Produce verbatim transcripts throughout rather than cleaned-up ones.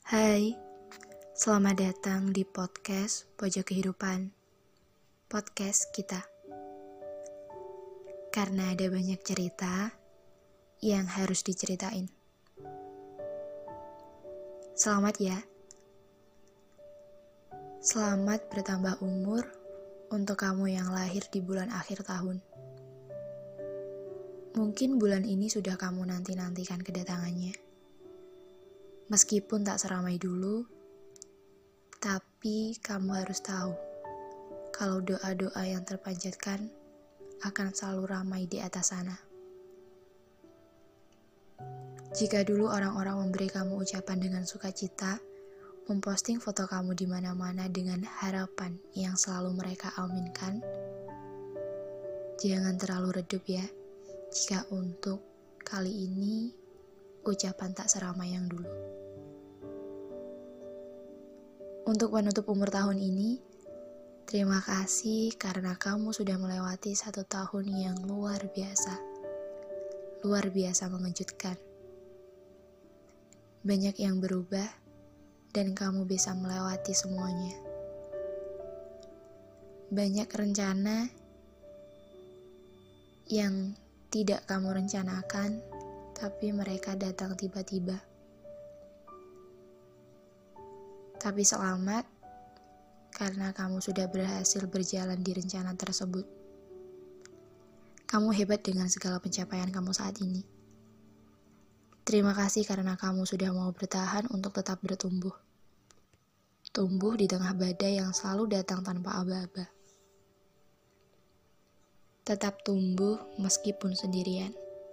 Hai, selamat datang di podcast Pojok Kehidupan, podcast kita. Karena ada banyak cerita yang harus diceritain. Selamat ya. Selamat bertambah umur untuk kamu yang lahir di bulan akhir tahun. Mungkin bulan ini sudah kamu nanti-nantikan kedatangannya. Meskipun tak seramai dulu, tapi kamu harus tahu kalau doa-doa yang terpanjatkan akan selalu ramai di atas sana. Jika dulu orang-orang memberi kamu ucapan dengan sukacita, memposting foto kamu di mana-mana dengan harapan yang selalu mereka aminkan, jangan terlalu redup ya, jika untuk kali ini ucapan tak seramai yang dulu. Untuk penutup umur tahun ini, terima kasih karena kamu sudah melewati satu tahun yang luar biasa. Luar biasa mengejutkan. Banyak yang berubah dan kamu bisa melewati semuanya. Banyak rencana yang tidak kamu rencanakan, tapi mereka datang tiba-tiba. Tapi selamat, karena kamu sudah berhasil berjalan di rencana tersebut. Kamu hebat dengan segala pencapaian kamu saat ini. Terima kasih karena kamu sudah mau bertahan untuk tetap bertumbuh. Tumbuh di tengah badai yang selalu datang tanpa aba-aba. Tetap tumbuh meskipun sendirian.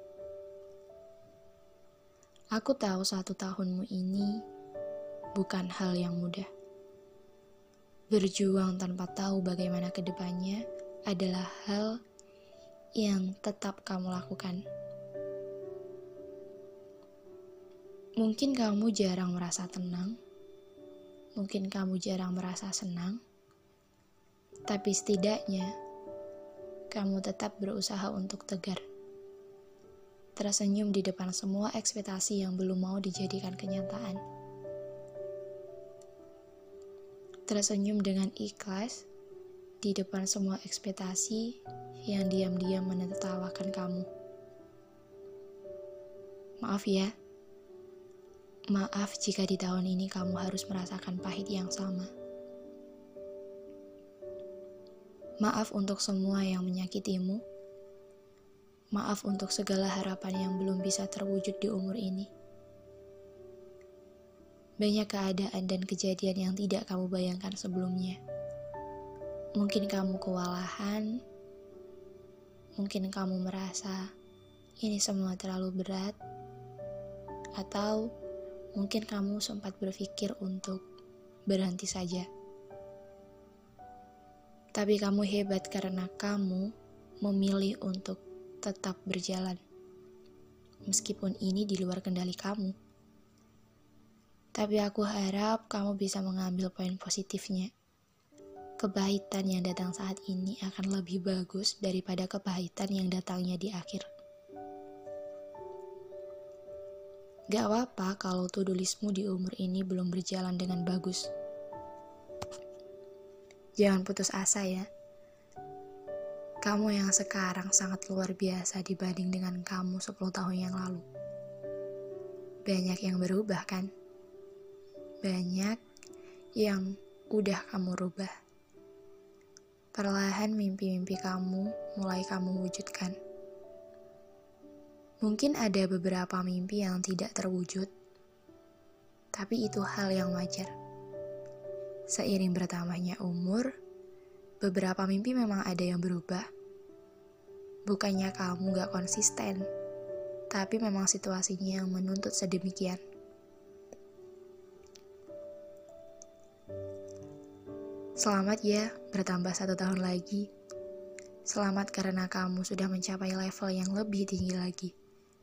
Aku tahu satu tahunmu ini bukan hal yang mudah. Berjuang tanpa tahu bagaimana ke depannya adalah hal yang tetap kamu lakukan. Mungkin kamu jarang merasa tenang, mungkin kamu jarang merasa senang, tapi setidaknya kamu tetap berusaha untuk tegar. Tersenyum di depan semua ekspektasi yang belum mau dijadikan kenyataan. Tersenyum dengan ikhlas di depan semua ekspektasi yang diam-diam menertawakan kamu. Maaf ya, maaf jika di tahun ini kamu harus merasakan pahit yang sama. Maaf untuk semua yang menyakitimu. Maaf untuk segala harapan yang belum bisa terwujud di umur ini. Banyak keadaan dan kejadian yang tidak kamu bayangkan sebelumnya. Mungkin kamu kewalahan, mungkin kamu merasa ini semua terlalu berat, atau mungkin kamu sempat berpikir untuk berhenti saja. Tapi kamu hebat karena kamu memilih untuk tetap berjalan. Meskipun ini di luar kendali kamu. Tapi aku harap kamu bisa mengambil poin positifnya. Kepahitan yang datang saat ini akan lebih bagus daripada kepahitan yang datangnya di akhir. Gak apa-apa kalau to-do listmu di umur ini belum berjalan dengan bagus. Jangan putus asa ya. Kamu yang sekarang sangat luar biasa dibanding dengan kamu sepuluh tahun yang lalu. Banyak yang berubah kan? Banyak yang udah kamu rubah. Perlahan mimpi-mimpi kamu mulai kamu wujudkan. Mungkin ada beberapa mimpi yang tidak terwujud, tapi itu hal yang wajar. Seiring bertambahnya umur, beberapa mimpi memang ada yang berubah. Bukannya kamu gak konsisten, tapi memang situasinya yang menuntut sedemikian. Selamat ya, bertambah satu tahun lagi. Selamat karena kamu sudah mencapai level yang lebih tinggi lagi.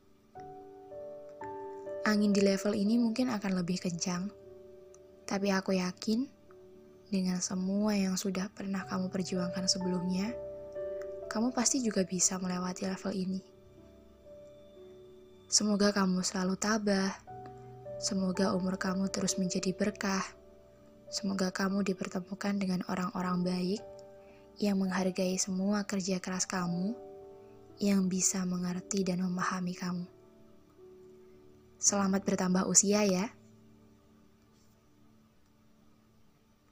Angin di level ini mungkin akan lebih kencang, tapi aku yakin dengan semua yang sudah pernah kamu perjuangkan sebelumnya, kamu pasti juga bisa melewati level ini. Semoga kamu selalu tabah, Semoga umur kamu terus menjadi berkah. Semoga kamu dipertemukan dengan orang-orang baik yang menghargai semua kerja keras kamu, yang bisa mengerti dan memahami kamu. Selamat bertambah usia ya.